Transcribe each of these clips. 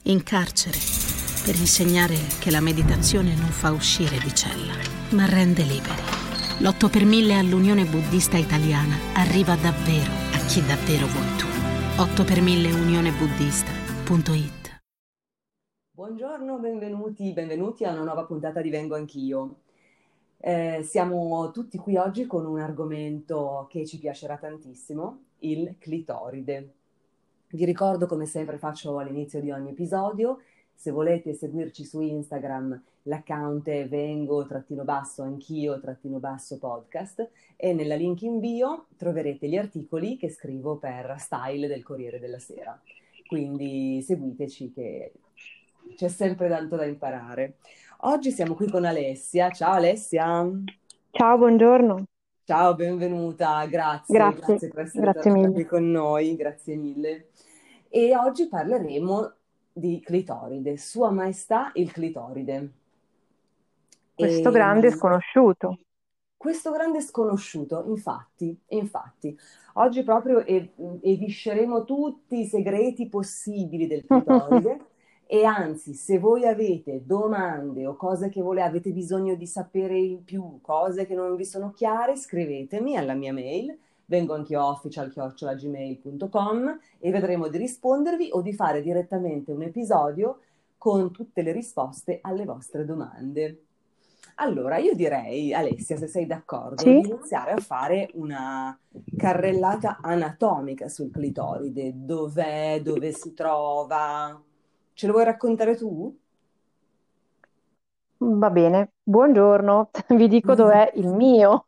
in carcere, per insegnare che la meditazione non fa uscire di cella, ma rende liberi. L'8 per 1000 all'Unione Buddista Italiana arriva davvero a chi davvero vuoi tu. 8 per 1000 unionebuddista.it. Buongiorno, benvenuti a una nuova puntata di Vengo Anch'io. Siamo tutti qui oggi con un argomento che ci piacerà tantissimo, il clitoride. Vi ricordo, come sempre faccio all'inizio di ogni episodio, se volete seguirci su Instagram, l'account è vengo-anch'io-podcast e nella link in bio troverete gli articoli che scrivo per Style del Corriere della Sera. Quindi seguiteci che c'è sempre tanto da imparare. Oggi siamo qui con Alessia. Ciao Alessia. Ciao, buongiorno. Ciao, benvenuta. Grazie, Grazie per essere grazie tornata mille. qui con noi. Grazie mille. E oggi parleremo di clitoride, Sua Maestà il clitoride. Questo E grande sconosciuto. questo grande sconosciuto, infatti, oggi proprio evisceremo tutti i segreti possibili del clitoride. E anzi, se voi avete domande o cose che avete bisogno di sapere in più, cose che non vi sono chiare, scrivetemi alla mia mail, vengoanchioofficial@gmail.com, e vedremo di rispondervi o di fare direttamente un episodio con tutte le risposte alle vostre domande. Allora, io direi, Alessia, se sei d'accordo, Sì? di iniziare a fare una carrellata anatomica sul clitoride. Dov'è, dove si trova? Ce lo vuoi raccontare tu? Va bene. Buongiorno. Vi dico dov'è il mio.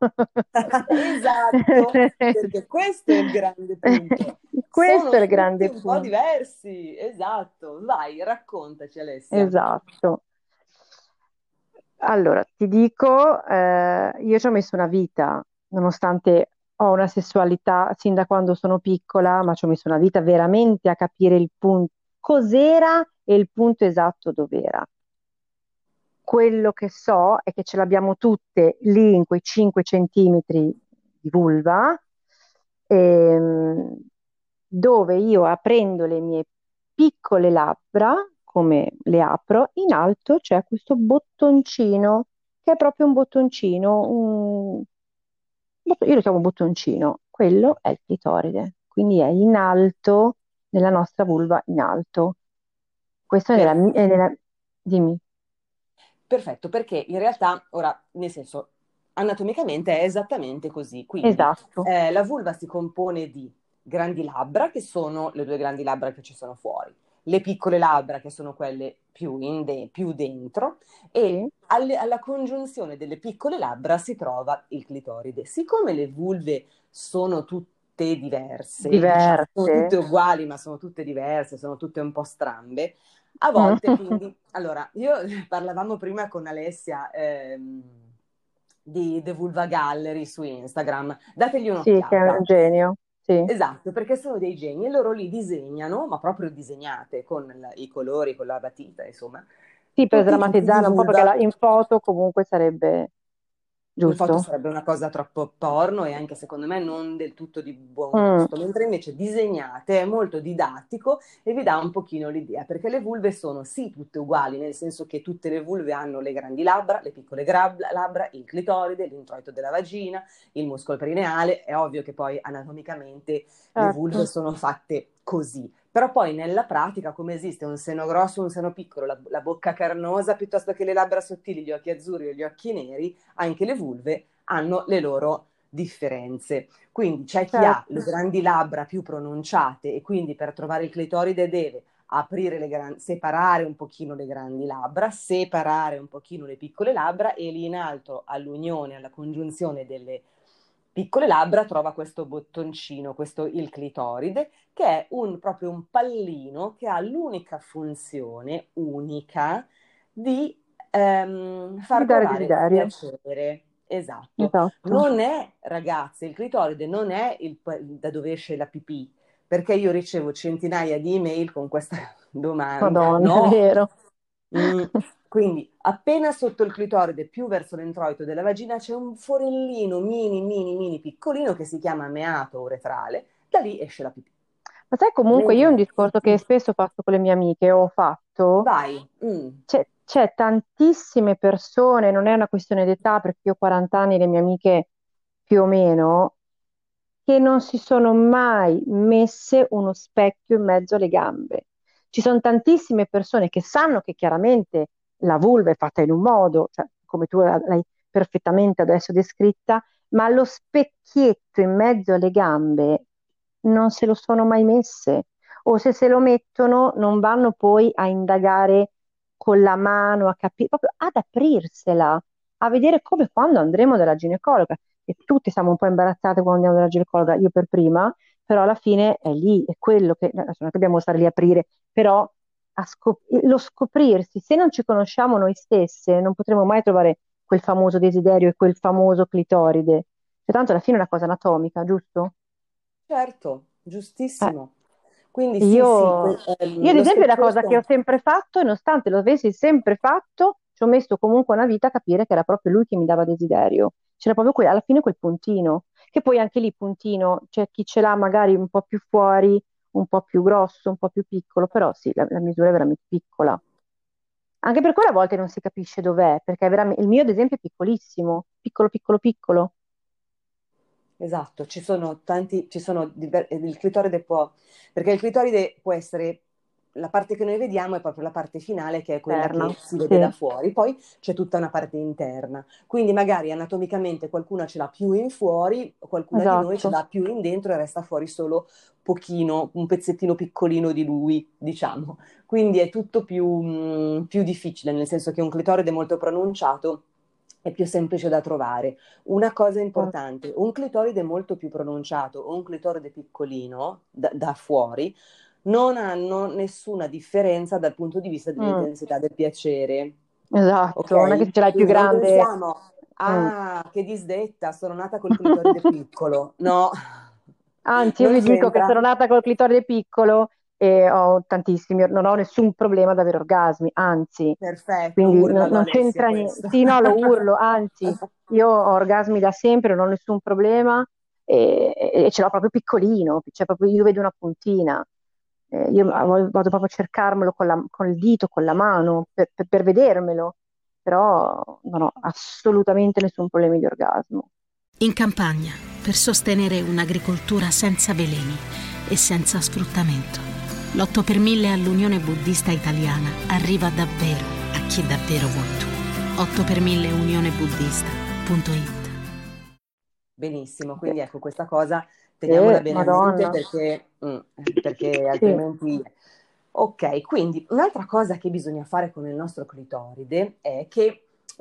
Esatto, perché questo è il grande punto. Questo Sono è il tutti grande un po' punto. diversi, esatto. Vai, raccontaci, Alessia. Esatto. Allora, ti dico, io ci ho messo una vita, nonostante ho una sessualità sin da quando sono piccola, ma ci ho messo una vita veramente a capire il punto, cos'era e il punto esatto dov'era. Quello che so è che ce l'abbiamo tutte lì in quei 5 centimetri di vulva, ehm, dove io aprendo le mie piccole labbra, come le apro, in alto c'è questo bottoncino, che è proprio un bottoncino, io lo chiamo bottoncino, quello è il clitoride, quindi è in alto, nella nostra vulva in alto. Questo è dimmi. Perfetto, perché in realtà, ora, nel senso, anatomicamente è esattamente così. Quindi Esatto. la vulva si compone di grandi labbra, che sono le due grandi labbra che ci sono fuori, le piccole labbra, che sono quelle più dentro, e Sì. alla congiunzione delle piccole labbra si trova il clitoride. Siccome le vulve sono tutte diverse, diciamo, sono Diverse. tutte uguali, ma sono tutte diverse, sono tutte un po' strambe, a Mm. volte, quindi, allora, io parlavamo prima con Alessia di The Vulva Gallery su Instagram, dategli Sì, che è un un'occhiata. genio. Sì. Esatto, perché sono dei geni e loro li disegnano, ma proprio disegnate con i colori, con la matita, insomma, Sì, per tutti i tipi di sdrammatizzarla un po' perché vulva. in foto comunque sarebbe In foto giusto. sarebbe una cosa troppo porno e anche secondo me non del tutto di buon Mm. gusto, mentre invece disegnate è molto didattico e vi dà un pochino l'idea, perché le vulve sono sì tutte uguali, nel senso che tutte le vulve hanno le grandi labbra, le piccole labbra, il clitoride, l'introito della vagina, il muscolo perineale. È ovvio che poi anatomicamente le vulve Certo. sono fatte così. Però poi nella pratica, come esiste un seno grosso, un seno piccolo, la bocca carnosa piuttosto che le labbra sottili, gli occhi azzurri o gli occhi neri, anche le vulve hanno le loro differenze. Quindi c'è chi ha le Certo. grandi labbra più pronunciate e quindi per trovare il clitoride deve aprire separare un pochino le grandi labbra, separare un pochino le piccole labbra e lì in alto all'unione, alla congiunzione delle piccole labbra trova questo bottoncino, questo il clitoride, che è proprio un pallino che ha l'unica funzione unica di Di far dare provare desiderio. piacere. Esatto. Esatto. Non è, ragazze, il clitoride non è da dove esce la pipì, perché io ricevo centinaia di email con questa domanda. Madonna, è No. vero. Mm. Quindi, appena sotto il clitoride, più verso l'introito della vagina, c'è un forellino mini, mini, mini piccolino che si chiama meato uretrale. Da lì esce la pipì. Ma sai, comunque io Mentre un discorso che spesso faccio con le mie amiche, ho fatto, detto, Vai. c'è tantissime persone, non è una questione d'età perché io ho 40 anni, le mie amiche più o meno, che non si sono mai messe uno specchio in mezzo alle gambe. Ci sono tantissime persone che sanno che chiaramente la vulva è fatta in un modo, cioè, come tu l'hai perfettamente adesso descritta, ma lo specchietto in mezzo alle gambe non se lo sono mai messe. O se lo mettono, non vanno poi a indagare con la mano, a capire, proprio ad aprirsela, a vedere come quando andremo dalla ginecologa. E tutti siamo un po' imbarazzate quando andiamo dalla ginecologa, io per prima, però alla fine è lì, è quello che, adesso non è che dobbiamo stare lì a aprire, però lo scoprirsi, se non ci conosciamo noi stesse, non potremo mai trovare quel famoso desiderio e quel famoso clitoride. Cioè, tanto alla fine è una cosa anatomica, giusto? Certo, Eh, giustissimo. Quindi sì, sì, io, io ad lo esempio è la cosa che ho specchietto. sempre fatto, e nonostante lo avessi sempre fatto, ci ho messo comunque una vita a capire che era proprio lui che mi dava desiderio. C'era proprio alla fine quel puntino, che poi anche lì puntino, c'è chi ce l'ha magari un po' più fuori, un po' più grosso, un po' più piccolo, però sì, la misura è veramente piccola. Anche per quello a volte non si capisce dov'è, perché è il mio ad esempio è piccolissimo, piccolo, piccolo, piccolo. Esatto, il clitoride può, perché il clitoride può essere, la parte che noi vediamo è proprio la parte finale che è quella che Interna, si vede da sì, fuori, poi c'è tutta una parte interna, quindi magari anatomicamente qualcuna ce l'ha più in fuori, qualcuna di noi ce esatto. l'ha più in dentro e resta fuori solo pochino, un pezzettino piccolino di lui, diciamo. Quindi è tutto più difficile, nel senso che un clitoride molto pronunciato è più semplice da trovare. Una cosa importante, un clitoride molto più pronunciato o un clitoride piccolino da fuori non hanno nessuna differenza dal punto di vista Mm, dell'intensità del piacere. esatto, non è che se Ok? ce l'hai più Quindi non grande. pensiamo, mm. ah, che disdetta, sono nata col clitoride piccolo. No, Anzi, io non vi dico che sono c'entra. nata col clitoride piccolo e ho tantissimi, non ho nessun problema ad avere orgasmi, anzi, Perfetto, quindi urlalo non Alessia c'entra niente. questo. Sì, no, lo urlo, anzi, io ho orgasmi da sempre, non ho nessun problema e ce l'ho proprio piccolino, cioè proprio io vedo una puntina. Io vado proprio a cercarmelo con il dito, con la mano, per vedermelo, però non ho assolutamente nessun problema di orgasmo. In campagna, per sostenere un'agricoltura senza veleni e senza sfruttamento, l'8 per 1000 all'Unione Buddista Italiana arriva davvero a chi davvero vuoi tu. 8 per 1000 unionebuddista.it. Benissimo, quindi ecco questa cosa Sì, teniamola bene a mente Madonna. perché Sì. altrimenti... Ok, quindi un'altra cosa che bisogna fare con il nostro clitoride è che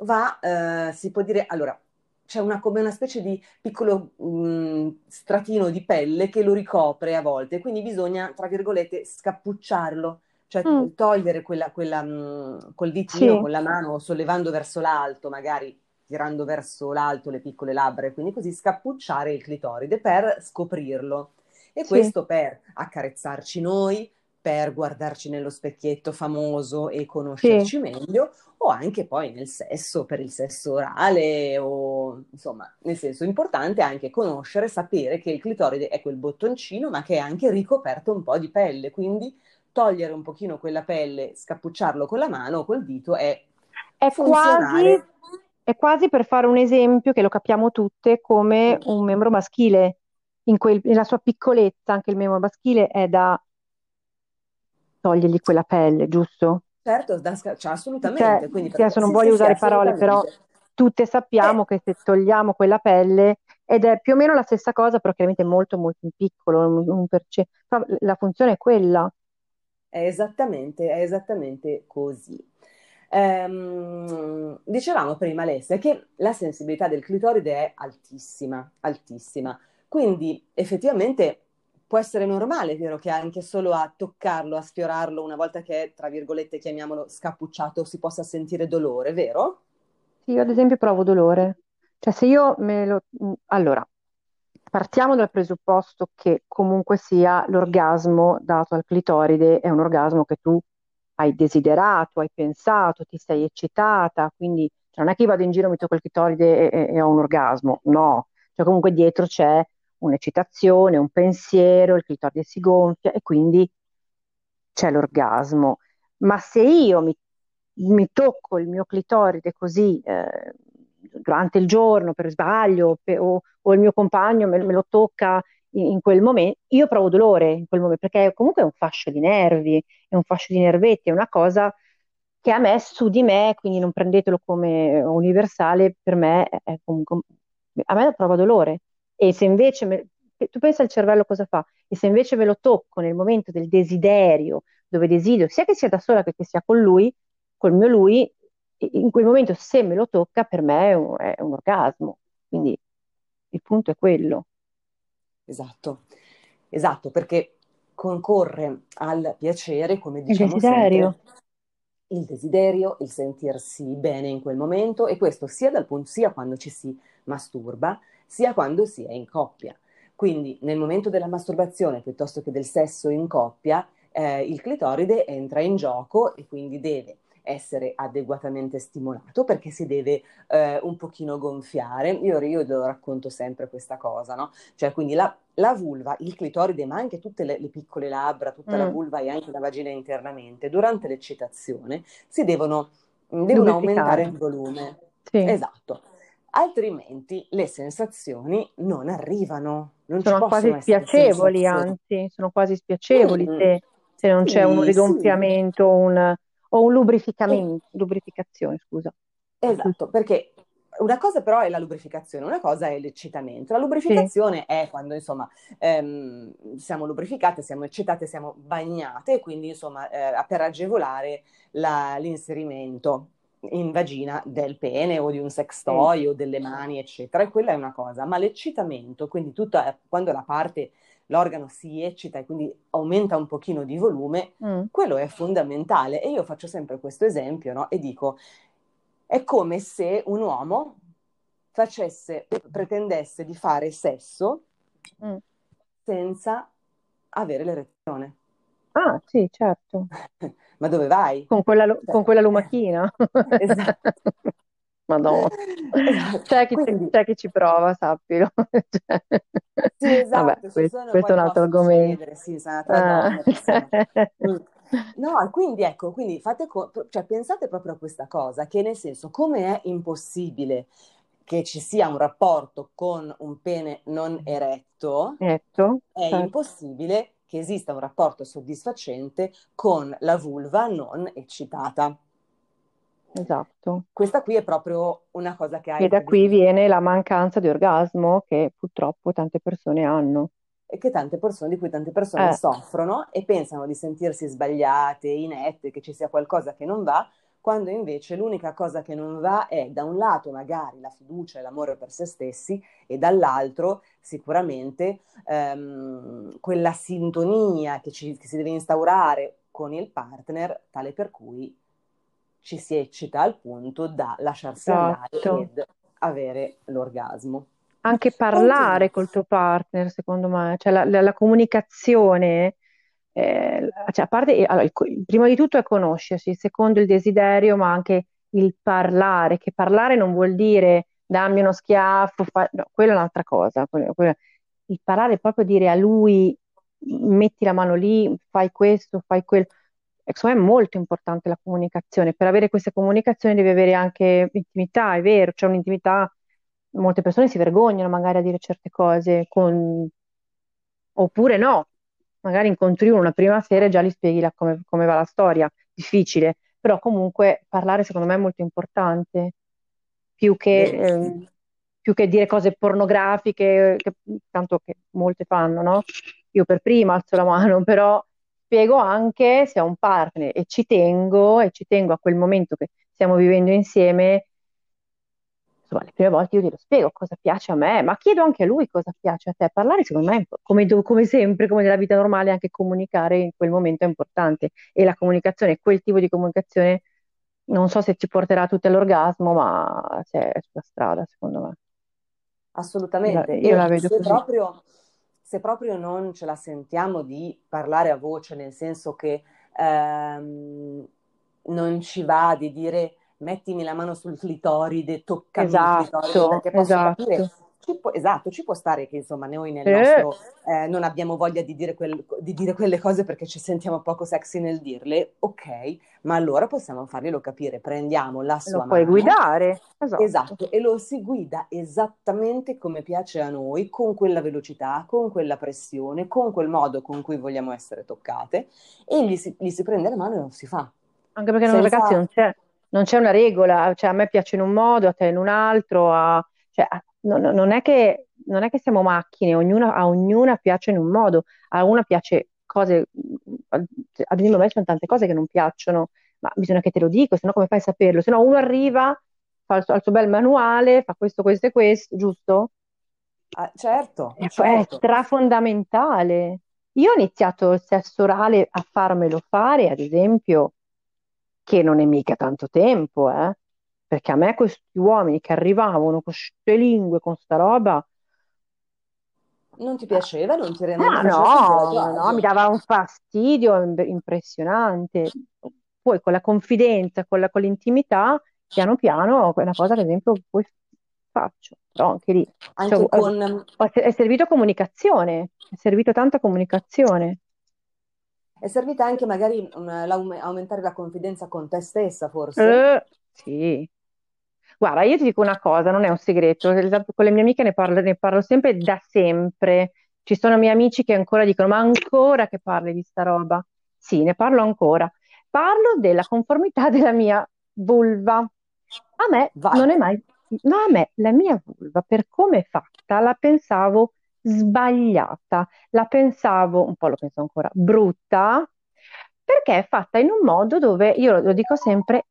si può dire, allora, c'è come una specie di piccolo stratino di pelle che lo ricopre a volte, quindi bisogna, tra virgolette, scappucciarlo, cioè Mm, togliere col ditino, sì, con la mano, sollevando verso l'alto, magari tirando verso l'alto le piccole labbra e quindi così scappucciare il clitoride per scoprirlo. E sì, questo per accarezzarci noi, per guardarci nello specchietto famoso e sì, conoscerci meglio, o anche poi nel sesso, per il sesso orale, o insomma, nel senso importante è anche conoscere, sapere che il clitoride è quel bottoncino, ma che è anche ricoperto un po' di pelle, quindi togliere un pochino quella pelle, scappucciarlo con la mano o col dito è È quasi, funzionale. è quasi per fare un esempio che lo capiamo tutte come un membro maschile, nella sua piccolezza, anche il membro maschile è da togliergli quella pelle, giusto? Certo, cioè, Cioè, assolutamente, quindi adesso non sì, sì, voglio sì, usare parole, però assolutamente. tutte Eh, sappiamo che se togliamo quella pelle, ed è più o meno la stessa cosa, però chiaramente molto molto in piccolo, però la funzione è quella. è esattamente così. Dicevamo prima, Alessia, che la sensibilità del clitoride è altissima, altissima. Quindi effettivamente può essere normale, vero, che anche solo a toccarlo, a sfiorarlo, una volta che è, tra virgolette, chiamiamolo scappucciato, si possa sentire dolore, vero? Sì, io ad esempio provo dolore. Cioè, se io allora, partiamo dal presupposto che comunque sia l'orgasmo dato al clitoride è un orgasmo che tu hai desiderato, hai pensato, ti sei eccitata, quindi cioè, non è che io vado in giro, mi tocco il clitoride e ho un orgasmo, no. Cioè, comunque dietro c'è un'eccitazione, un pensiero, il clitoride si gonfia e quindi c'è l'orgasmo. Ma se io mi tocco il mio clitoride così durante il giorno per sbaglio o il mio compagno me lo tocca in quel momento, io provo dolore in quel momento perché comunque è un fascio di nervi, è un fascio di nervetti, è una cosa che a me, su di me, quindi non prendetelo come universale, per me è comunque, a me prova dolore. E se invece, tu pensa al cervello cosa fa? E se invece ve lo tocco nel momento del desiderio, dove desidero, sia che sia da sola che sia con lui, col mio lui, in quel momento se me lo tocca, per me è un orgasmo. Quindi il punto è quello. Esatto, esatto, perché concorre al piacere, come Il diciamo desiderio. sempre, il desiderio, il sentirsi bene in quel momento, e questo sia sia quando ci si masturba, sia quando si è in coppia. Quindi nel momento della masturbazione, piuttosto che del sesso in coppia, il clitoride entra in gioco e quindi deve essere adeguatamente stimolato perché si deve un pochino gonfiare. Io lo racconto sempre questa cosa, no? Cioè, quindi la vulva, il clitoride, ma anche tutte le piccole labbra, tutta la Mm, vulva e anche la vagina internamente, durante l'eccitazione devono aumentare lubrificare. il volume. Sì. Esatto. Altrimenti le sensazioni non arrivano, non ci Sono quasi possono essere spiacevoli, sensazioni. anzi, sono quasi spiacevoli Mm, se non c'è un sì, sì, rigonfiamento o un lubrificazione, scusa. esatto, perché una cosa però è la lubrificazione, una cosa è l'eccitamento. La Sì, lubrificazione è quando, insomma, siamo lubrificate, siamo eccitate, siamo bagnate, e quindi, insomma, per agevolare l'inserimento in vagina del pene o di un sex sì. toy o delle mani, eccetera. E quella è una cosa. Ma l'eccitamento, quindi quando l'organo si eccita e quindi aumenta un pochino di volume, Mm. quello è fondamentale. E io faccio sempre questo esempio, no? E dico, è come se un uomo pretendesse di fare sesso Mm. senza avere l'erezione. Ah, sì, certo. Ma dove vai? Con Cioè, quella lumachina. esatto. Madonna. Esatto. Quindi, C'è chi ci prova, sappilo. Cioè, sì, vabbè, esatto, ci sono, questo è poi un altro possono argomento. succedere, sì, sono tra Ah, donne, possono... cioè, Mm. No, e quindi ecco, quindi cioè, pensate proprio a questa cosa, che nel senso, come è impossibile che ci sia un rapporto con un pene non eretto, netto, è certo, impossibile che esista un rapporto soddisfacente con la vulva non eccitata. esatto. Questa qui è proprio una cosa che ha E da qui incredibilmente viene la mancanza di orgasmo che purtroppo tante persone hanno. e di cui tante persone Eh, soffrono e pensano di sentirsi sbagliate, inette, che ci sia qualcosa che non va, quando invece l'unica cosa che non va è da un lato magari la fiducia e l'amore per se stessi e dall'altro sicuramente quella sintonia che si deve instaurare con il partner, tale per cui ci si eccita al punto da lasciarsi andare esatto. ed avere l'orgasmo. Anche Continua. parlare col tuo partner, secondo me, cioè la comunicazione, cioè a parte, allora, prima di tutto è conoscersi, il secondo il desiderio, ma anche il parlare, che parlare non vuol dire dammi uno schiaffo, no, quella è un'altra cosa. Il parlare è proprio dire a lui metti la mano lì, fai questo, fai quello. E secondo me è molto importante la comunicazione. Per avere questa comunicazione devi avere anche intimità, è vero, c'è un'intimità, molte persone si vergognano magari a dire certe cose, oppure no, magari incontri uno una prima sera e già gli spieghi come va la storia, difficile, però comunque parlare secondo me è molto importante, più che, Verissimo. ehm, più che dire cose pornografiche, tanto che molte fanno, no? Io per prima alzo la mano, però spiego anche se ho un partner e ci tengo a quel momento che stiamo vivendo insieme. Insomma, le prime volte io glielo spiego cosa piace a me, ma chiedo anche a lui cosa piace a te. Parlare, secondo me, come sempre, come nella vita normale, anche comunicare in quel momento è importante. E la comunicazione, quel tipo di comunicazione, non so se ci porterà tutti all'orgasmo, ma è sulla strada, secondo me. Assolutamente. Io la E vedo così. se proprio non ce la sentiamo di parlare a voce, nel senso che non ci va di dire mettimi la mano sul clitoride, toccami il clitoride, Esatto, perché posso capire, esatto. esatto, ci può stare che insomma noi nel Eh, nostro non abbiamo voglia di dire quelle cose perché ci sentiamo poco sexy nel dirle, ok, ma allora possiamo farglielo capire, prendiamo la lo sua puoi mano, guidare, esatto. esatto, e lo si guida esattamente come piace a noi, con quella velocità, con quella pressione, con quel modo con cui vogliamo essere toccate, e gli si prende la mano e lo si fa, Anche perché ragazzi, senza... non c'è una regola, cioè a me piace in un modo, a te in un altro, cioè, non è che siamo macchine, a ognuna piace in un modo, a una piace cose, ad esempio a me ci sono tante cose che non piacciono, ma bisogna che te lo dico, sennò come fai a saperlo? Se no uno arriva, fa il suo bel manuale, fa questo, questo e questo, giusto? Ah, certo, E poi è certo. strafondamentale. Io ho iniziato il sesso orale a farmelo fare, ad esempio, che non è mica tanto tempo, perché a me questi uomini che arrivavano con queste lingue, con sta roba, Non ti piaceva, non ti ma faceva sentire a no, tuo no, no, mi agio. dava un fastidio impressionante. Poi con la confidenza, con l'intimità, piano piano, è una cosa che ad esempio poi faccio, però anche lì, cioè, Anche con... è servito comunicazione, è servito tanta comunicazione. È servita anche magari aumentare la confidenza con te stessa, forse? Sì. Guarda, io ti dico una cosa, non è un segreto, esatto, con le mie amiche ne parlo sempre da sempre. Ci sono miei amici che ancora dicono, ma ancora che parli di sta roba? Sì, ne parlo ancora. Parlo della conformità della mia vulva. A me Vai. non è mai, no, a me la mia vulva, per come è fatta, la pensavo sbagliata, la pensavo, un po' lo penso ancora, brutta, perché è fatta in un modo dove, io lo dico sempre,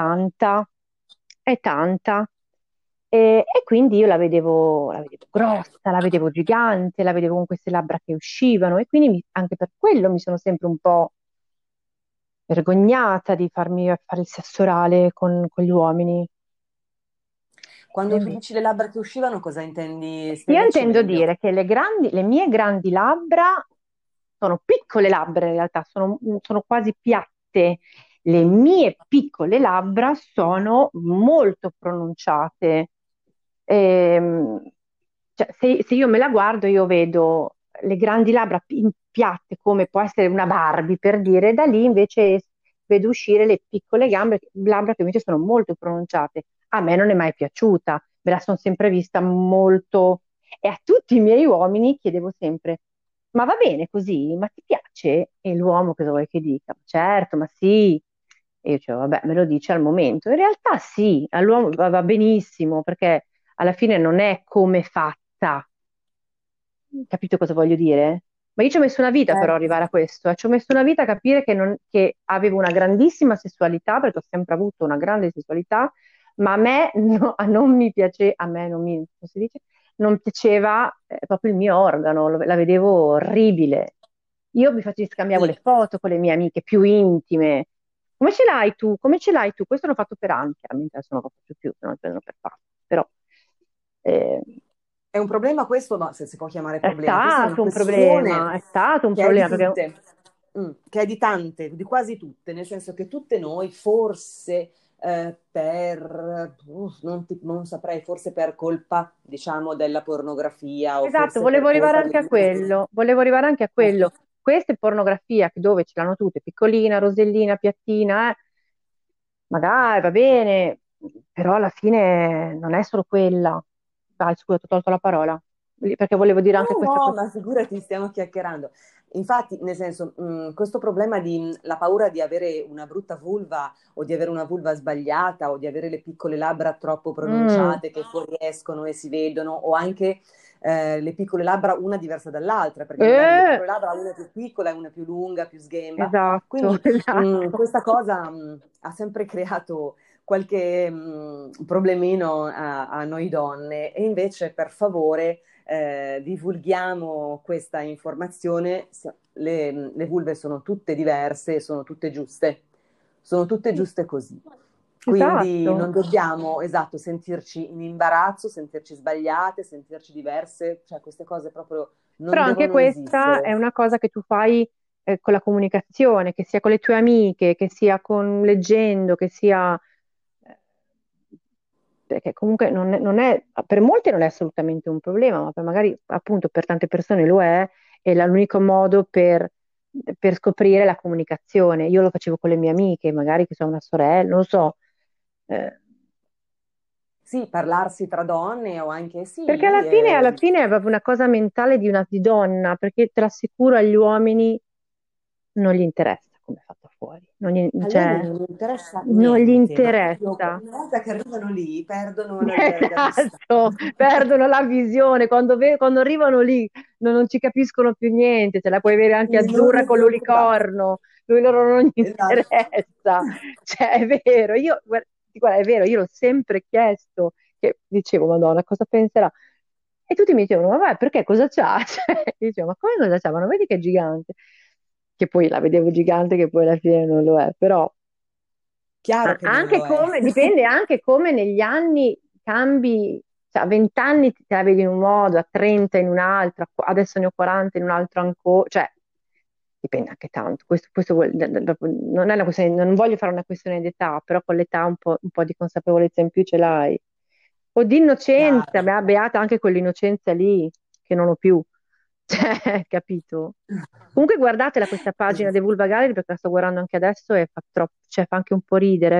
è tanta. E quindi io la vedevo grossa, la vedevo gigante, la vedevo con queste labbra che uscivano e quindi anche per quello mi sono sempre un po' vergognata di farmi fare il sesso orale con gli uomini. Quando tu Quindi dici le labbra che uscivano, cosa intendi? io Spiegaci intendo meglio. dire che le mie grandi labbra sono piccole labbra in realtà, sono quasi piatte. Le mie piccole labbra sono molto pronunciate. Ehm, cioè, se io me la guardo, io vedo le grandi labbra piatte come può essere una Barbie per dire, e da lì invece vedo uscire le piccole labbra che invece sono molto pronunciate. A me non è mai piaciuta, me la sono sempre vista molto. E a tutti i miei uomini chiedevo sempre: ma va bene così? Ma ti piace? E l'uomo cosa vuoi che dica? Certo, ma sì. E io dicevo, vabbè, me lo dice al momento. In realtà sì, all'uomo va benissimo perché alla fine non è come è fatta. Capito cosa voglio dire? Ma io ci ho messo una vita però Certo. arrivare a questo. Ci ho messo una vita a capire che avevo una grandissima sessualità, perché ho sempre avuto una grande sessualità, ma a me non mi piace, a me non mi, come si dice? Non piaceva proprio il mio organo, la vedevo orribile. Io scambiavo le Sì. foto con le mie amiche più intime. Come ce l'hai tu? Come ce l'hai tu? Questo l'ho fatto per anni, chiaramente adesso non lo faccio più, se no lo prendo per fatto. Però eh, È un problema questo, no, se si può chiamare è problema. Questa è una stato un questione problema, è stato un che è di problema perché tutte, che è di tante, di quasi tutte, nel senso che tutte noi, forse non saprei, forse per colpa, diciamo, della pornografia o esatto, forse per volevo arrivare colpa anche a del... quello, volevo arrivare anche a quello. Queste pornografia dove ce l'hanno tutte, piccolina, rosellina, piattina, magari va bene, però alla fine non è solo quella. Dai, scusa, ti ho tolto la parola, perché volevo dire anche No, questa no, cosa. ma figurati, stiamo chiacchierando. Infatti, nel senso, questo problema di la paura di avere una brutta vulva o di avere una vulva sbagliata o di avere le piccole labbra troppo Mm, pronunciate che fuoriescono e si vedono o anche le piccole labbra una diversa dall'altra, perché magari le eh, piccole labbra una è più piccola e una è più lunga, più sghemba. esatto, Quindi esatto. questa cosa ha sempre creato qualche problemino a noi donne e invece per favore divulghiamo questa informazione. Le vulve sono tutte diverse, sono tutte Sì, giuste così. Quindi esatto. non dobbiamo, esatto, sentirci in imbarazzo, sentirci sbagliate, sentirci diverse, cioè queste cose proprio Però non anche devono questa è esistere. una cosa che tu fai con la comunicazione, che sia con le tue amiche, che sia con leggendo, che sia... eh, perché comunque per molti non è assolutamente un problema, ma magari appunto per tante persone lo è l'unico modo per scoprire la comunicazione. Io lo facevo con le mie amiche, magari che sono una sorella, non lo so, eh, Sì, parlarsi tra donne o anche perché sì, alla fine è proprio una cosa mentale di donna, perché te l'assicuro agli uomini non gli interessa come è fatta fuori, a loro cioè, non interessa non gli niente, ma proprio interessa. una volta che arrivano lì perdono la libertà di stare. Esatto, perdono la visione, quando arrivano lì non ci capiscono più niente, ce la puoi avere anche Quindi non azzurra vi con preoccupate. l'unicorno, lui loro non gli Esatto. interessa, cioè è vero, guarda, è vero, io l'ho sempre chiesto, che dicevo, Madonna, cosa penserà? E tutti mi dicevano, ma vai, perché cosa c'ha? Cioè, io dicevo, ma come cosa c'ha? Ma non vedi che è gigante? Che poi la vedevo gigante, che poi alla fine non lo è, però Chiaro che non anche lo è. come, dipende anche come negli anni cambi, cioè a 20 anni te la vedi in un modo, a 30 in un altro, adesso ne ho 40 in un altro ancora, cioè dipende anche tanto. Non è una questione, non voglio fare una questione di età, però con l'età un po' di consapevolezza in più ce l'hai. O di innocenza, Chiaro. beata anche quell'innocenza lì, che non ho più. Cioè, capito? Comunque guardatela questa pagina dei Vulva Gallery perché la sto guardando anche adesso e fa troppo, cioè fa anche un po' ridere,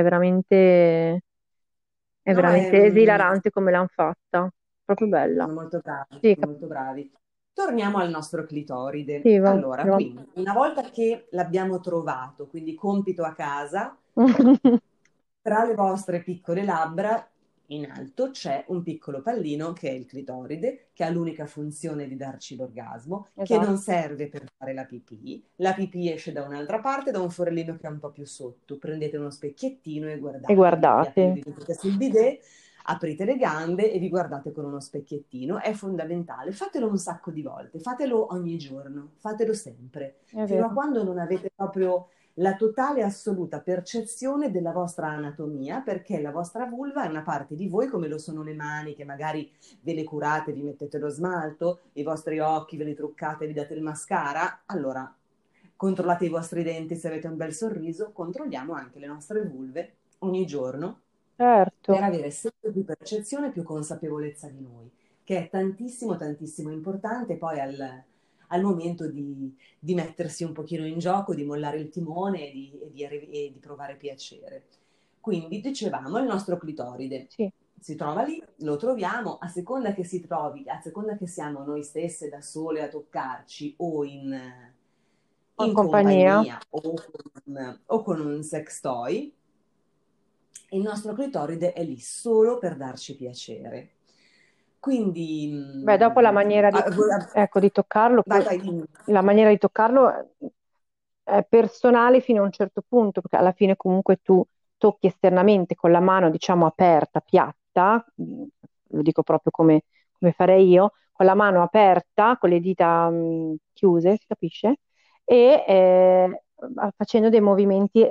è No, veramente esilarante come l'hanno fatta. Proprio bella. sono molto bravi, Sì, sono molto bravi. Torniamo al nostro clitoride. sì, Allora, quindi, una volta che l'abbiamo trovato, quindi compito a casa, tra le vostre piccole labbra, in alto, c'è un piccolo pallino che è il clitoride, che ha l'unica funzione di darci l'orgasmo, che Esatto. non serve per fare la pipì. La pipì esce da un'altra parte, da un forellino che è un po' più sotto. Prendete uno specchiettino e E guardatevi. guardate. Vi mettete sul bidet, aprite le gambe e vi guardate con uno specchiettino. È fondamentale. Fatelo un sacco di volte, fatelo ogni giorno, fatelo sempre, È fino a vero. quando non avete proprio la totale e assoluta percezione della vostra anatomia, perché la vostra vulva è una parte di voi, come lo sono le mani, che magari ve le curate, vi mettete lo smalto, i vostri occhi ve li truccate, vi date il mascara. Allora, controllate i vostri denti se avete un bel sorriso, controlliamo anche le nostre vulve ogni giorno per Certo. avere sempre più percezione e più consapevolezza di noi, che è tantissimo, tantissimo importante poi al momento di mettersi un pochino in gioco, di mollare il timone e di provare piacere. Quindi dicevamo il nostro clitoride Sì. si trova lì, lo troviamo, a seconda che si trovi, a seconda che siamo noi stesse da sole a toccarci o In in compagnia. compagnia o con un sex toy, il nostro clitoride è lì solo per darci piacere. Quindi, Beh, dopo la maniera ecco, di toccarlo, vai, vai, dimmi. la maniera di toccarlo è personale fino a un certo punto, perché alla fine comunque tu tocchi esternamente con la mano, diciamo, aperta, piatta, lo dico proprio come farei io, con la mano aperta, con le dita chiuse, si capisce? E facendo dei movimenti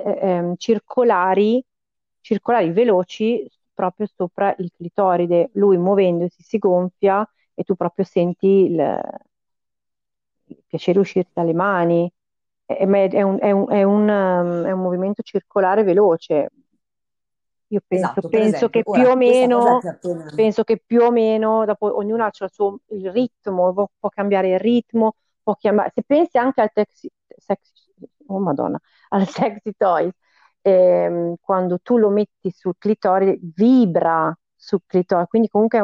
circolari veloci proprio sopra il clitoride. Lui muovendosi si gonfia e tu proprio senti il piacere uscire dalle mani. Ma è un movimento circolare veloce. Io Esatto, per penso esempio, che più ora o questa cosa meno, che appena... dopo ognuno ha il ritmo, può cambiare il ritmo, se pensi anche oh Madonna, al sexy toys, quando tu lo metti sul clitoride, vibra sul clitoride, quindi comunque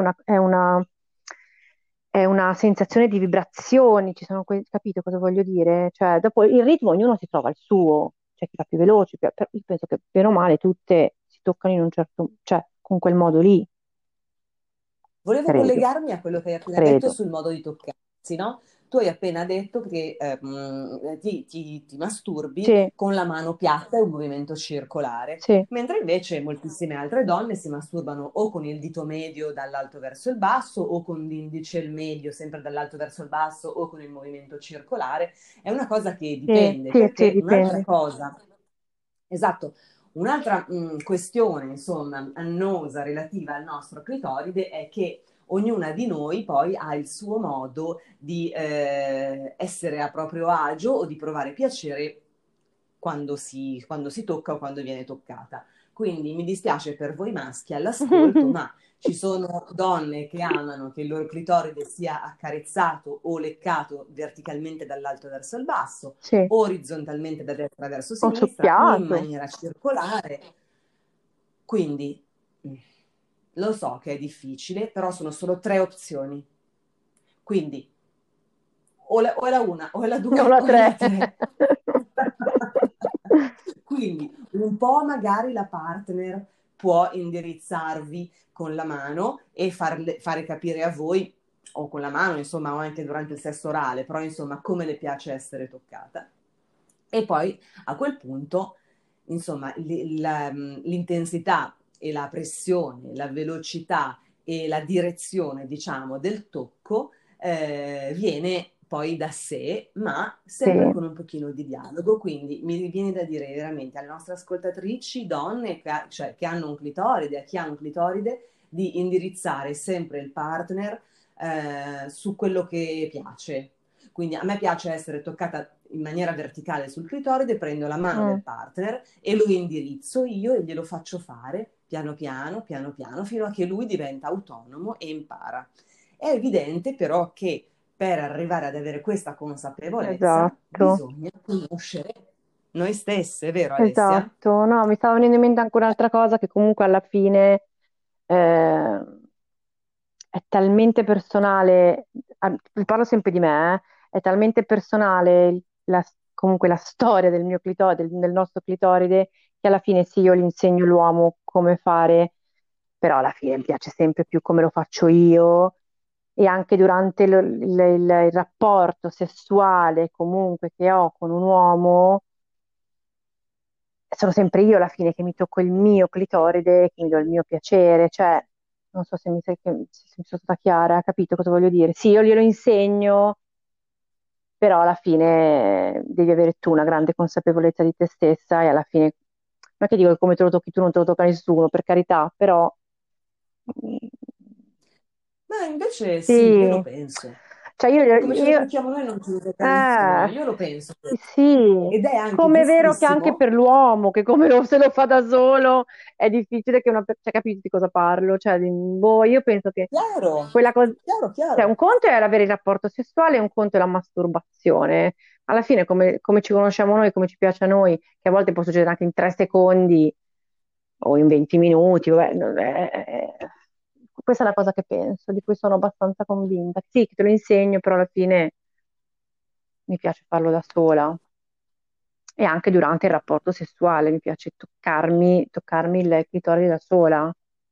è una sensazione di vibrazioni, capito cosa voglio dire? Cioè, dopo il ritmo ognuno si trova il suo, c'è chi va più veloce, io penso che bene o male tutte si toccano in un certo, cioè con quel modo lì, Volevo credo, collegarmi a quello che hai appena detto credo. sul modo di toccarsi, no? Tu hai appena detto che ti masturbi Sì, con la mano piatta e un movimento circolare, sì, mentre invece moltissime altre donne si masturbano o con il dito medio dall'alto verso il basso o con l'indice e il medio sempre dall'alto verso il basso o con il movimento circolare. È una cosa che sì, dipende, sì, sì, perché un'altra dipende. cosa, esatto, un'altra questione, insomma, annosa relativa al nostro clitoride è che ognuna di noi poi ha il suo modo di essere a proprio agio o di provare piacere quando si tocca o quando viene toccata. Quindi mi dispiace per voi maschi all'ascolto, ma ci sono donne che amano che il loro clitoride sia accarezzato o leccato verticalmente dall'alto verso il basso, Sì, orizzontalmente da destra verso ho sinistra, in succhiato. maniera circolare. Quindi lo so che è difficile, però sono solo tre opzioni. Quindi o è la una, o è la Non due, la o è la tre. tre. Quindi un po' magari la partner può indirizzarvi con la mano e fare capire a voi, o con la mano, insomma, o anche durante il sesso orale, però insomma come le piace essere toccata. E poi a quel punto, insomma, l'intensità e la pressione, la velocità e la direzione, diciamo, del tocco viene poi da sé, ma Sì, sempre con un pochino di dialogo. Quindi mi viene da dire veramente alle nostre ascoltatrici, donne, cioè, che hanno un clitoride, a chi ha un clitoride, di indirizzare sempre il partner su quello che piace. Quindi a me piace essere toccata in maniera verticale sul clitoride, prendo la mano mm, del partner e lo indirizzo io e glielo faccio fare piano piano, piano piano, fino a che lui diventa autonomo e impara. È evidente però che per arrivare ad avere questa consapevolezza esatto, bisogna conoscere noi stesse, vero Alessia? esatto. No, mi stava venendo in mente anche un'altra cosa che comunque alla fine eh, è talmente personale, parlo sempre di me, è talmente personale comunque la storia del mio clitoride, del nostro clitoride, che alla fine sì, io gli insegno all'uomo come fare, però alla fine mi piace sempre più come lo faccio io e anche durante il rapporto sessuale comunque che ho con un uomo, sono sempre io alla fine che mi tocco il mio clitoride, che mi do il mio piacere, cioè non so se mi sono stata chiara, hai capito cosa voglio dire? Sì, io glielo insegno, però alla fine devi avere tu una grande consapevolezza di te stessa e alla fine, non è che dico che come te lo tocchi tu non te lo tocca nessuno, per carità, però mm, Ma invece sì, io lo sì, penso. cioè Come ce lo tocchiamo noi non ce lo tocca nessuno. eh, Io lo penso questo. sì, Ed è anche come è vero che anche giustissimo. per l'uomo, che come se lo fa da solo, è difficile che una persona, cioè, capito di cosa parlo? Cioè, boh, io penso che Chiaro, quella cosa, chiaro, cioè, un chiaro. conto è avere il rapporto sessuale e un conto è la masturbazione. Alla fine, come ci conosciamo noi, come ci piace a noi, che a volte può succedere anche in 3 secondi o in 20 minuti, vabbè, questa è la cosa che penso, di cui sono abbastanza convinta. Sì, che te lo insegno, però alla fine mi piace farlo da sola e anche durante il rapporto sessuale mi piace toccarmi il clitoride da sola,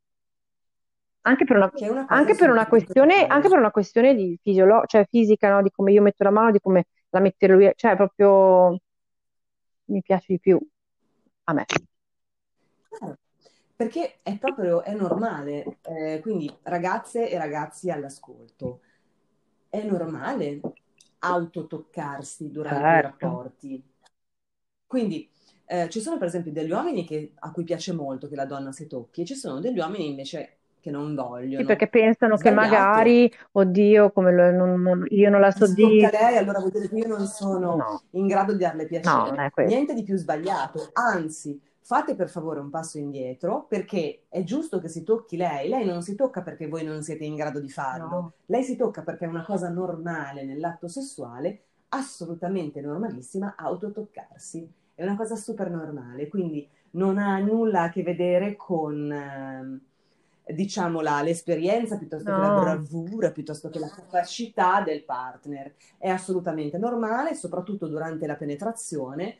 anche per una, Che è una cosa assolutamente anche normale. per una questione di cioè fisica, no? Di come io metto la mano, di come la mette lui, cioè proprio mi piace di più a me. Chiaro. Perché è proprio, è normale. Quindi ragazze e ragazzi all'ascolto, è normale autotoccarsi durante i Certo. rapporti. Quindi ci sono per esempio degli uomini a cui piace molto che la donna si tocchi e ci sono degli uomini invece che non Sì, vogliono. perché pensano che Sbagliato. magari, oddio, io non la Se so si tocca di... lei, allora vuol dire che io non sono No, in grado di darle no, non piacere. è questo. Niente di più sbagliato, anzi, fate per favore un passo indietro perché è giusto che si tocchi lei. Lei non si tocca perché voi non siete in grado di farlo, No, lei si tocca perché è una cosa normale nell'atto sessuale, assolutamente normalissima, autotoccarsi. È una cosa super normale, quindi non ha nulla a che vedere con, diciamo, l'esperienza piuttosto che la no. bravura, piuttosto che la capacità del partner. È assolutamente normale, soprattutto durante la penetrazione,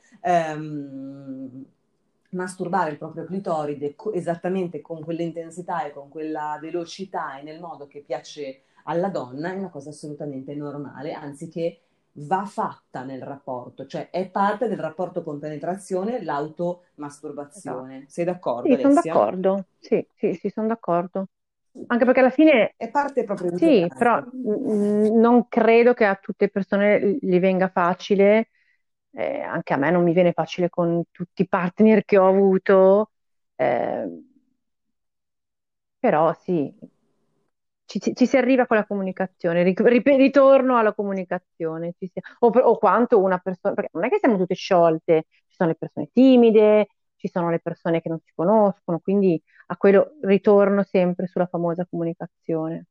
masturbare il proprio clitoride esattamente con quell'intensità e con quella velocità e nel modo che piace alla donna è una cosa assolutamente normale, anzi che va fatta nel rapporto, cioè è parte del rapporto con penetrazione Esatto. l'automasturbazione. Sei d'accordo, Sì, sono Alessia? d'accordo. Sì, sì, sì, sono d'accordo. Anche perché alla fine, È parte proprio sì, però integrante. non credo che a tutte le persone gli venga facile, anche a me non mi viene facile con tutti i partner che ho avuto, eh, però sì, ci si arriva con la comunicazione, ritorno alla comunicazione, o quanto una persona, perché non è che siamo tutte sciolte, ci sono le persone timide, ci sono le persone che non si conoscono, quindi a quello ritorno sempre sulla famosa comunicazione.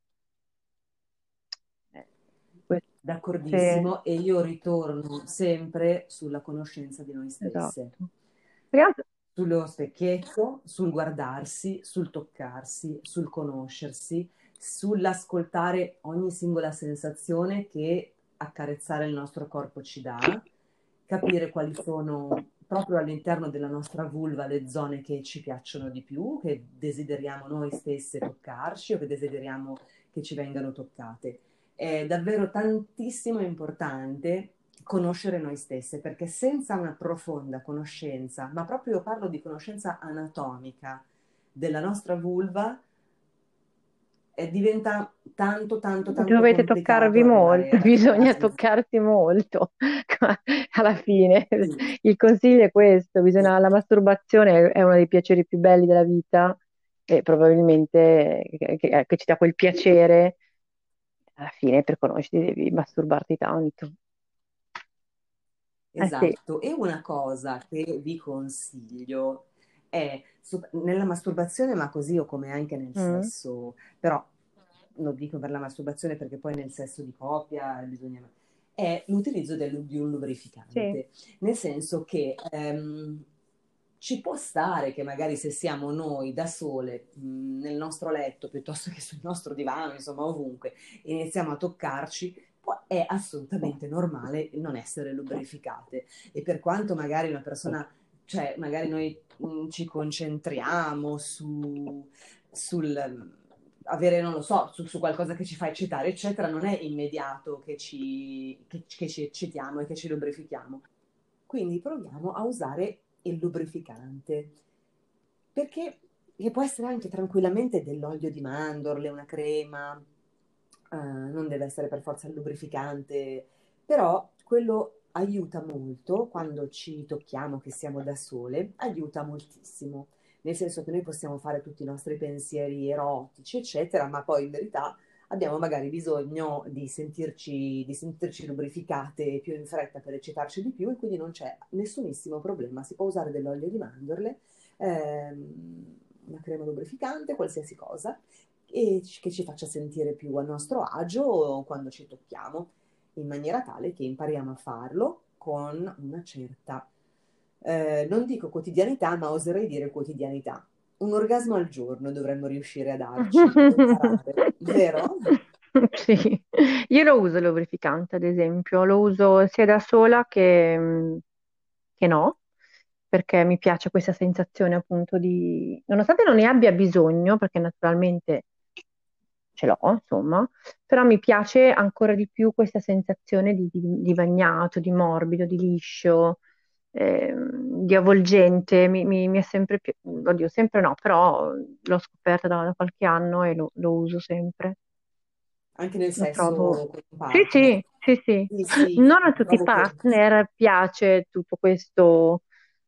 Eh, sì, D'accordissimo, e io ritorno sempre sulla conoscenza di noi stesse, esatto. Perché sullo specchietto, sul guardarsi, sul toccarsi, sul conoscersi, sull'ascoltare ogni singola sensazione che accarezzare il nostro corpo ci dà, capire quali sono proprio all'interno della nostra vulva le zone che ci piacciono di più, che desideriamo noi stesse toccarci o che desideriamo che ci vengano toccate. È davvero tantissimo importante conoscere noi stesse, perché senza una profonda conoscenza, ma proprio parlo di conoscenza anatomica della nostra vulva, diventa tanto, tanto, tanto dovete complicato toccarvi arrivare molto, ad bisogna orgasmi. toccarsi molto. Alla fine, Sì, il consiglio è questo, sì. la masturbazione è uno dei piaceri più belli della vita e probabilmente che ci dà quel piacere, alla fine per conoscerti devi masturbarti tanto. Eh sì. Esatto, e una cosa che vi consiglio è nella masturbazione, ma così o come anche nel Mm. sesso, però lo dico per la masturbazione perché poi nel sesso di coppia bisogna... è l'utilizzo di un Sì. lubrificante, nel senso che ci può stare che magari se siamo noi da sole nel nostro letto piuttosto che sul nostro divano, insomma ovunque, iniziamo a toccarci, è assolutamente normale non essere lubrificate. E per quanto magari una persona, cioè magari noi ci concentriamo sul avere, non lo so, su qualcosa che ci fa eccitare, eccetera, non è immediato che ci eccitiamo e che ci lubrifichiamo. Quindi proviamo a usare il lubrificante, perché che può essere anche tranquillamente dell'olio di mandorle, una crema, non deve essere per forza il lubrificante, però quello aiuta molto quando ci tocchiamo, che siamo da sole, aiuta moltissimo, nel senso che noi possiamo fare tutti i nostri pensieri erotici, eccetera, ma poi in verità abbiamo magari bisogno di sentirci lubrificate più in fretta per eccitarci di più, e quindi non c'è nessunissimo problema. Si può usare dell'olio di mandorle, una crema lubrificante, qualsiasi cosa, che ci faccia sentire più a nostro agio quando ci tocchiamo, in maniera tale che impariamo a farlo con una certa, non dico quotidianità, ma oserei dire quotidianità. Un orgasmo al giorno dovremmo riuscire a darci, a imparare, vero? Sì, io lo uso il lubrificante, ad esempio, lo uso sia da sola che no, perché mi piace questa sensazione appunto di, nonostante non ne abbia bisogno, perché naturalmente ce l'ho, insomma, però mi piace ancora di più questa sensazione di bagnato, di morbido, di liscio, di avvolgente, mi è sempre più, oddio, sempre no, però l'ho scoperta da qualche anno e lo uso sempre. Anche nel Lo trovo. sesso con un Sì, partner. sì, sì, sì. Sì, sì, Non a tutti i trovo che partner piace tutto questo.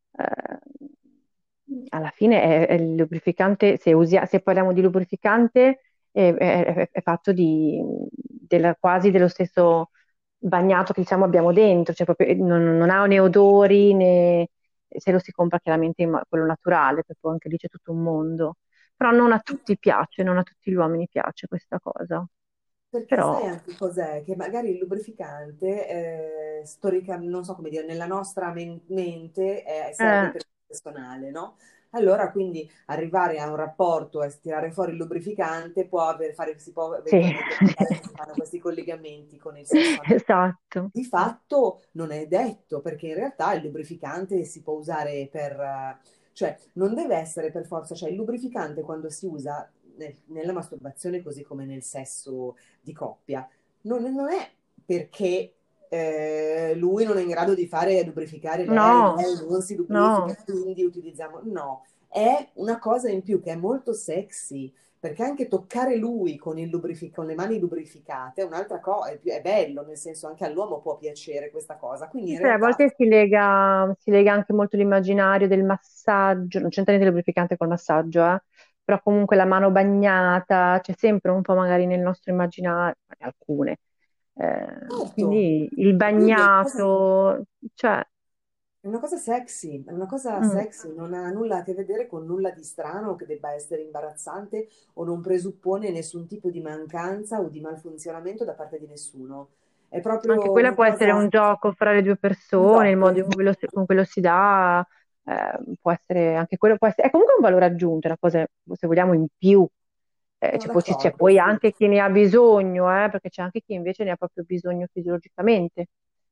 Alla fine è il lubrificante, se parliamo di lubrificante, è fatto quasi dello stesso bagnato che diciamo abbiamo dentro, cioè proprio, non ha né odori né se lo si compra chiaramente quello naturale, proprio anche lì c'è tutto un mondo. Però non a tutti piace, non a tutti gli uomini piace questa cosa. perché sai Però anche cos'è? Che magari il lubrificante, non so come dire, nella nostra mente serve eh, per il personale, no? Allora, quindi arrivare a un rapporto e tirare fuori il lubrificante si può sì, eventualmente pensare che si fanno questi collegamenti con il sesso anale. esatto. Di fatto non è detto, perché in realtà il lubrificante si può usare cioè non deve essere per forza, cioè il lubrificante quando si usa nella masturbazione così come nel sesso di coppia, non è perché lui non è in grado di fare lubrificare lei, No, lei non si lubrifica, no. quindi utilizziamo... No, è una cosa in più che è molto sexy, perché anche toccare lui con le mani lubrificate è un'altra cosa, è bello, nel senso anche all'uomo può piacere questa cosa. Quindi in Sai, a realtà, volte si lega anche molto l'immaginario del massaggio, non c'entra niente il lubrificante col massaggio, però comunque la mano bagnata, c'è sempre un po' magari nel nostro immaginario, alcune. certo, Quindi il quindi è una cosa bagnato, cioè, È una cosa sexy, è una cosa Mm. sexy, non ha nulla a che vedere con nulla di strano o che debba essere imbarazzante o non presuppone nessun tipo di mancanza o di malfunzionamento da parte di nessuno. È Anche proprio quella una può essere un cosa, gioco fra le due un persone, il modo gioco. in cui con cui lo si dà, può essere anche quello, può essere, è comunque un valore aggiunto, è una cosa, se vogliamo, in più. Sono C'è d'accordo, poi sì. anche chi ne ha bisogno, perché c'è anche chi invece ne ha proprio bisogno fisiologicamente.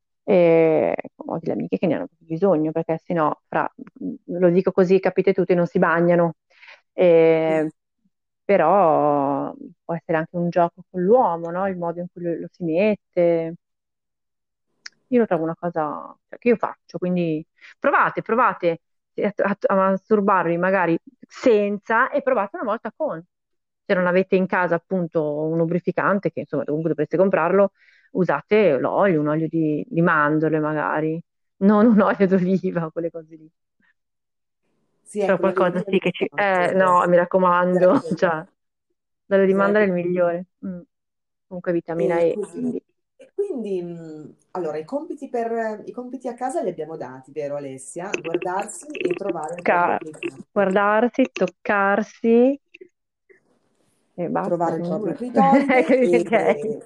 Ho delle amiche che ne hanno proprio bisogno, perché sennò, lo dico così, capite tutti, non si bagnano. Eh, Però può essere anche un gioco con l'uomo, no? Il modo in cui lo si mette. Io lo trovo una cosa, cioè, che io faccio, quindi provate a masturbarvi magari senza e provate una volta con. Se non avete in casa appunto un lubrificante, che insomma comunque dovreste comprarlo, usate l'olio, un olio di mandorle magari, non un olio d'oliva, quelle cose lì. Sì, Cioè ecco, l'olio qualcosa d'oliva sì mi che ci... piace. no, mi raccomando, Bisognerebbe, cioè, l'olio di mandorle è il bisognerebbe. migliore. Comunque vitamina E E, così. quindi E quindi, allora, i compiti a casa li abbiamo dati, vero Alessia? Guardarsi e trovare il proprio tocca- clitoride. guardarsi, toccarsi e basta. Trovare il proprio clitoride Ok,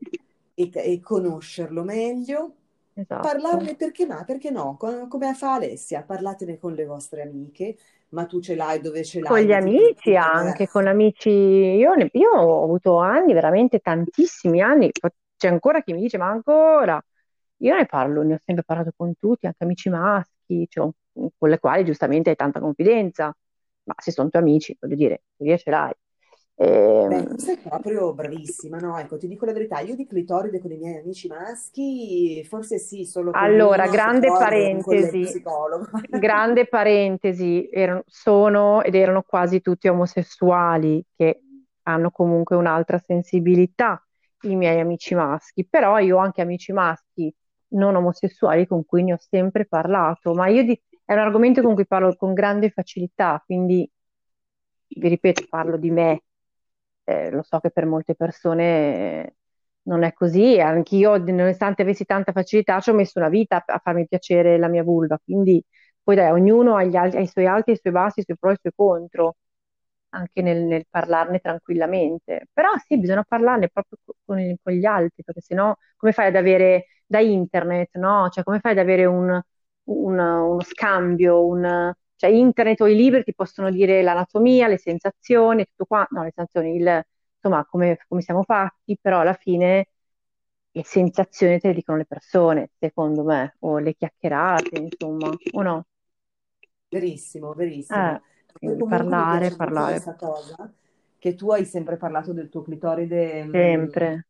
e conoscerlo meglio. esatto. Parlarne perché no? Perché no? Come fa Alessia? Parlatene con le vostre amiche, ma tu ce l'hai dove ce Con l'hai, gli ma ti amici preoccupa anche, magari. con amici, io ho avuto anni, veramente tantissimi anni, c'è ancora chi mi dice, ma ancora? Io ne parlo, ne ho sempre parlato con tutti, anche amici maschi, cioè, con le quali giustamente hai tanta confidenza, ma se sono tuoi amici, voglio dire, tu ce l'hai. Beh, Ehm, tu sei proprio bravissima, no? Ecco, ti dico la verità, io di clitoride con i miei amici maschi, forse sì, solo con allora, uno, però non con lo psicologo. grande parentesi, sono ed erano quasi tutti omosessuali che hanno comunque un'altra sensibilità, i miei amici maschi, però io ho anche amici maschi non omosessuali con cui ne ho sempre parlato, ma è un argomento con cui parlo con grande facilità, quindi vi ripeto, parlo di me. Lo so che per molte persone non è così, anch'io, nonostante avessi tanta facilità, ci ho messo una vita a farmi piacere la mia vulva, quindi poi dai, ognuno ha i suoi alti, i suoi bassi, i suoi pro e i suoi contro, anche nel parlarne tranquillamente. Però sì, bisogna parlarne proprio con gli altri, perché sennò come fai ad avere da internet, no? Cioè come fai ad avere uno scambio, cioè internet o i libri ti possono dire l'anatomia, le sensazioni, tutto qua, no, le sensazioni, insomma, come siamo fatti, però alla fine le sensazioni te le dicono le persone, secondo me, o le chiacchierate, insomma, o no? Verissimo, verissimo. Poi Quindi comunque mi parlare, piace molto parlare questa cosa, che tu hai sempre parlato del tuo clitoride. sempre.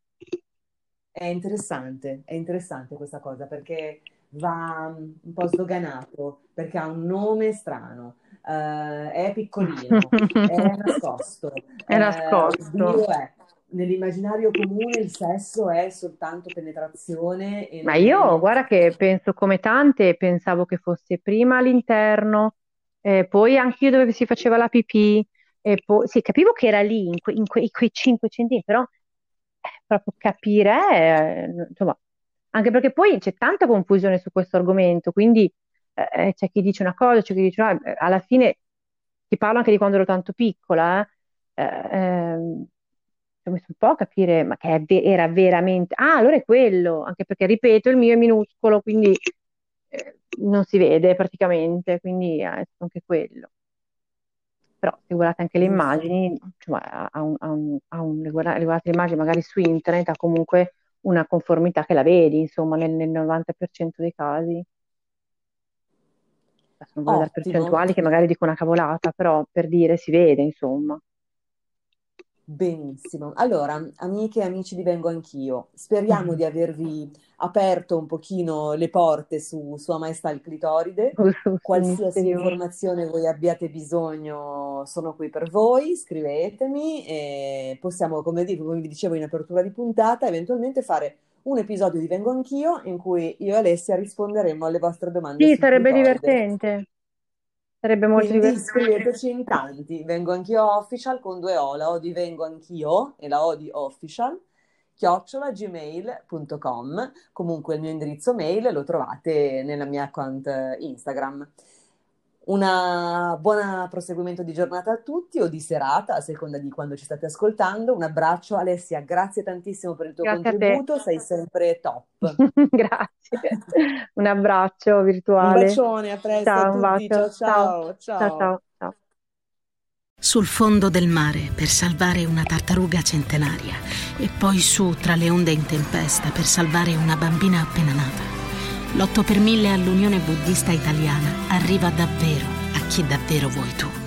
È interessante questa cosa perché va un po' sdoganato, perché ha un nome strano, è piccolino, è nascosto, È nascosto. oddio è. Nell'immaginario comune il sesso è soltanto penetrazione e Ma non è io, niente. guarda che penso come tante, pensavo che fosse prima all'interno, poi anche io dove si faceva la pipì, e poi sì, capivo che era lì, in quei 5 centimetri, però proprio capire, insomma, anche perché poi c'è tanta confusione su questo argomento, quindi c'è chi dice una cosa, c'è chi dice no, alla fine ti parlo anche di quando ero tanto piccola, ci ho messo un po' a capire ma che era veramente, ah, allora è quello, anche perché ripeto, il mio è minuscolo, quindi non si vede praticamente, quindi è stato anche quello. Però se guardate anche le Giusto. immagini, insomma, le guardate le immagini magari su internet, ha comunque una conformità che la vedi, insomma, nel 90% dei casi. Adesso non voglio dare Ottimo. percentuali che magari dico una cavolata, però per dire si vede, insomma. Benissimo. Allora, amiche e amici di Vengo Anch'io, speriamo di avervi aperto un pochino le porte su Sua Maestà il Clitoride. Sul Qualsiasi misterioso. informazione voi abbiate bisogno, sono qui per voi, scrivetemi e possiamo, come vi dicevo in apertura di puntata, eventualmente fare un episodio di Vengo Anch'io in cui io e Alessia risponderemo alle vostre domande Sì, sul sarebbe clitoride. divertente, sarebbe molto Quindi divertente. scriveteci in tanti, vengo anch'io official con due O, la O di vengo anch'io e la O di official, @gmail.com. Comunque il mio indirizzo mail lo trovate nella mia account Instagram. Una buona proseguimento di giornata a tutti o di serata, a seconda di quando ci state ascoltando. Un abbraccio Alessia, grazie tantissimo per il tuo Grazie a te. contributo, sei sempre top. Grazie. Un abbraccio Un virtuale. bacione, a presto Ciao, a un tutti, bacio. ciao ciao Ciao, ciao, ciao. Sul fondo del mare per salvare una tartaruga centenaria e poi su tra le onde in tempesta per salvare una bambina appena nata. L'8 per 1000 all'Unione Buddista Italiana arriva davvero a chi davvero vuoi tu.